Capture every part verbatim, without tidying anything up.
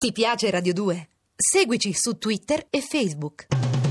Ti piace Radio due? Seguici su Twitter e Facebook.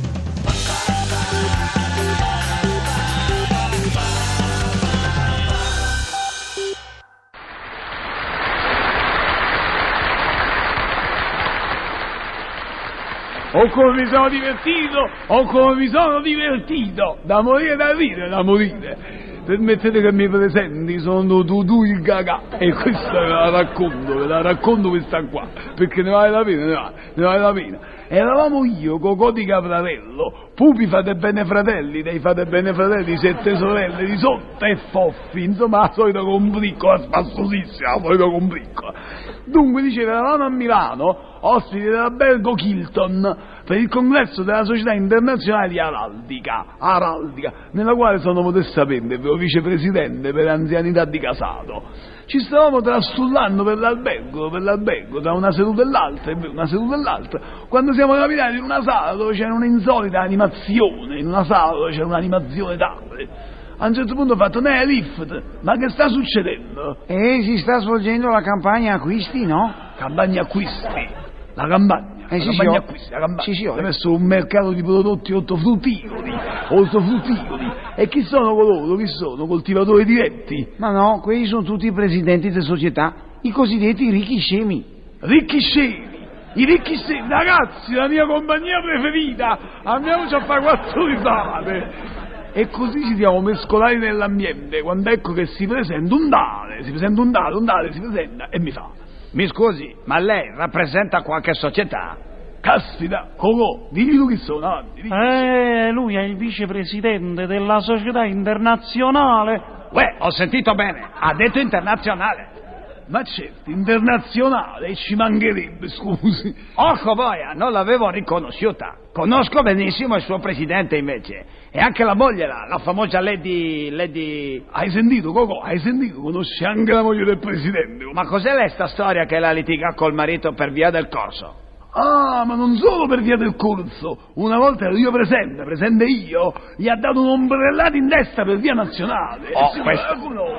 O come mi sono divertito, o come mi sono divertito, da morire da ridere, da morire. Permettete che mi presenti, sono Dudu il Gaga, e questa ve la racconto, ve la racconto questa qua, perché ne vale la pena, ne vale, ne vale la pena. Eravamo io, Cocò di Caprarello, Pupi Fate Bene Fratelli, dei Fate Bene Fratelli, sette sorelle di sotto e Foffi, insomma la solita combriccola, spassosissima, la solita combriccola. Dunque, diceva, eravamo a Milano, ospiti dell'albergo Hilton, per il congresso della Società Internazionale di Araldica, Araldica, nella quale sono modestamente vicepresidente per anzianità di casato. Ci stavamo trastullando per l'albergo, per l'albergo, tra una seduta e l'altra, una seduta e l'altra, quando siamo capitati in una sala dove c'era un'insolita animazione, in una sala dove c'era un'animazione tale. A un certo punto ho fatto, ne lift, ma che sta succedendo? Eh, si sta svolgendo la campagna acquisti, no? Campagna acquisti, la campagna. Eh, la sì, campagna sì, acquisti, la campagna. Sì, sì, ho messo un mercato di prodotti ortofrutticoli, ortofrutticoli. E chi sono coloro? Chi sono? Coltivatori diretti? Ma no, quelli sono tutti i presidenti delle società, i cosiddetti ricchi scemi. Ricchi scemi? I ricchi scemi? Ragazzi, la mia compagnia preferita! Andiamoci a fare quattro risate! E così ci siamo mescolati nell'ambiente, quando ecco che si presenta un tale, si presenta un tale, un tale, si presenta e mi fa: mi scusi, ma lei rappresenta qualche società? Caspita, Cocò, digli tu chi sono, avanti, digli. Eh, lui è il vicepresidente della Società Internazionale. Uè, ho sentito bene, ha detto internazionale. Ma certo, internazionale, ci mancherebbe, scusi. Orco boia, non l'avevo riconosciuta. Conosco benissimo il suo presidente invece. E anche la moglie, la, la famosa Lady... Lady... Hai sentito, Cocò? Hai sentito? Conosci anche la moglie del presidente. Ma cos'è questa storia che la litiga col marito per via del corso? Ah, ma non solo per via del corso. Una volta ero io presente, presente io, gli ha dato un'ombrellata in testa per via nazionale. Oh, sì, questa...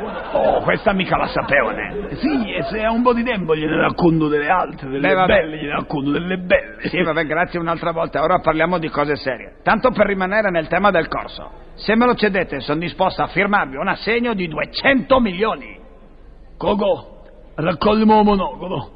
oh, questa mica la sapevo, ne. Sì, e se ha un po' di tempo gliene racconto delle altre, delle Beh, belle, gliene racconto delle belle. Sì, vabbè, grazie un'altra volta, ora parliamo di cose serie. Tanto per rimanere nel tema del corso. Se me lo cedete, sono disposto a firmarvi un assegno di duecento milioni. Cocò, raccoglimi un monocolo.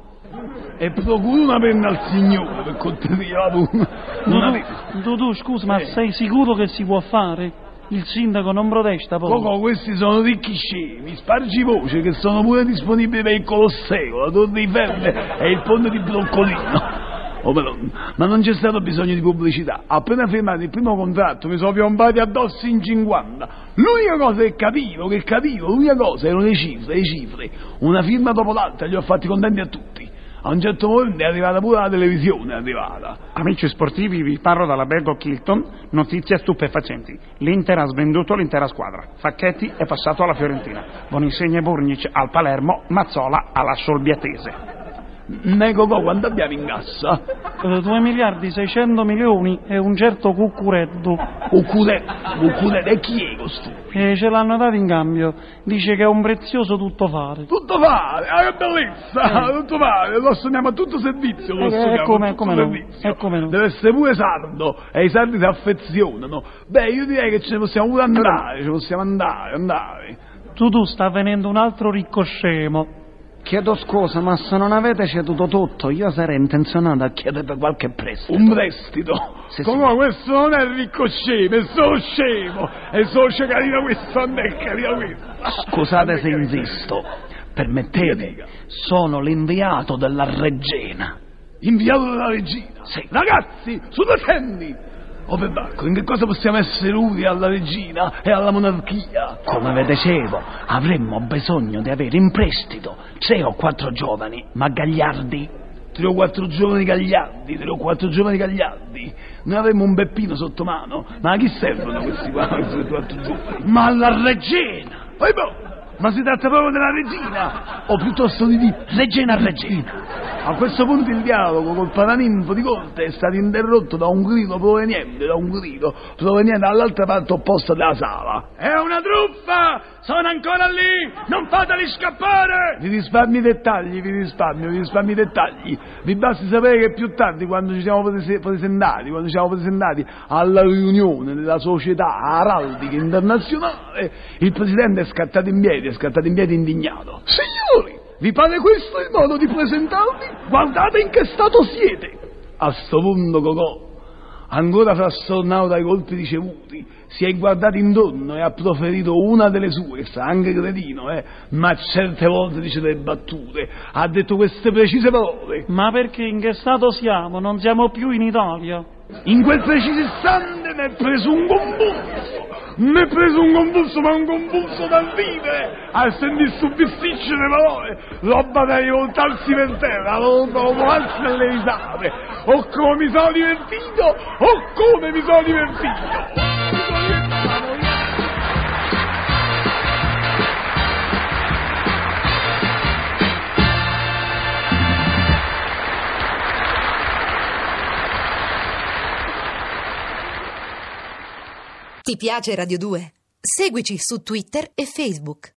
E procuro una penna al signore, per cortesia, una, una Dudu, Dudu, scusa, ma eh. sei sicuro che si può fare? Il sindaco non protesta poi? Cocò, questi sono ricchi scemi, spargi voce che sono pure disponibili per il Colosseo, la Torre di Ferre e il ponte di Broccolino. Oh, però, ma non c'è stato bisogno di pubblicità. Appena firmato il primo contratto mi sono piombati addosso in cinquanta. L'unica cosa che capivo, che capivo, l'unica cosa erano le cifre, le cifre. Una firma dopo l'altra, li ho fatti contenti a tutti. A un certo momento è arrivata pure la televisione, è arrivata. Amici sportivi, vi parlo dall'albergo Hilton, notizie stupefacenti. L'Inter ha svenduto l'intera squadra. Facchetti è passato alla Fiorentina. Boninsegna e Burnic al Palermo, Mazzola alla Solbiatese. Ne Cocò, quanto abbiamo in cassa? due miliardi seicento milioni e un certo Cuccureddu. Cuccureddu? Cuccureddu? E chi è costui? E ce l'hanno dato in cambio. Dice che è un prezioso tuttofare. Tuttofare? Ah, che bellezza! Eh. Tuttofare, lo assegniamo a tutto servizio. Lo eh, è come, come no. È come no. Deve essere pure sardo, e i sardi si affezionano. Beh, io direi che ce ne possiamo pure andare, ce possiamo andare, andare. Tu, tu, sta venendo un altro ricco scemo. Chiedo scusa, ma se non avete ceduto tutto, io sarei intenzionato a chiedere qualche prestito. Un prestito? Sì, come sì. Questo non è il ricco scemo, è solo scemo. È solo carina questa, non è carina questa. Scusate se insisto, permettete, sono l'inviato della regina. Inviato della regina? Sì. Ragazzi, sulle sendi! Oh, per Bacco, in che cosa possiamo essere utili alla regina e alla monarchia? Come vi dicevo, avremmo bisogno di avere in prestito tre o quattro giovani, ma gagliardi. Tre o quattro giovani gagliardi, tre o quattro giovani gagliardi. Noi avremmo un beppino sotto mano, ma a chi servono questi quattro giovani? Ma alla regina! Poi boh, ma si tratta proprio della regina? O piuttosto di... Regina, regina! A questo punto il dialogo col paraninfo di corte è stato interrotto da un grido proveniente, da un grido proveniente dall'altra parte opposta della sala. È una truffa! Sono ancora lì! Non fateli scappare! Vi risparmi i dettagli, vi risparmio, vi risparmi i dettagli. Vi basti sapere che più tardi, quando ci siamo prese- presentati, quando ci siamo presentati alla riunione della società araldica internazionale, il presidente è scattato in piedi, è scattato in piedi indignato. Signori, vi pare questo il modo di presentarvi? Guardate in che stato siete! A sto punto Cocò, ancora frastornato dai colpi ricevuti, si è guardato intorno e ha proferito una delle sue, sta anche cretino, eh, ma certe volte dice delle battute, ha detto queste precise parole. Ma perché in che stato siamo? Non siamo più in Italia. In quel preciso istante mi è preso un convulso, mi è preso un convulso, ma un convulso dal vivere, a sentire stu bisticcio le parole, roba da rivoltarsi per terra, rovolarsi nelle risate, o come mi sono divertito, o come mi sono divertito. Ti piace Radio due? Seguici su Twitter e Facebook.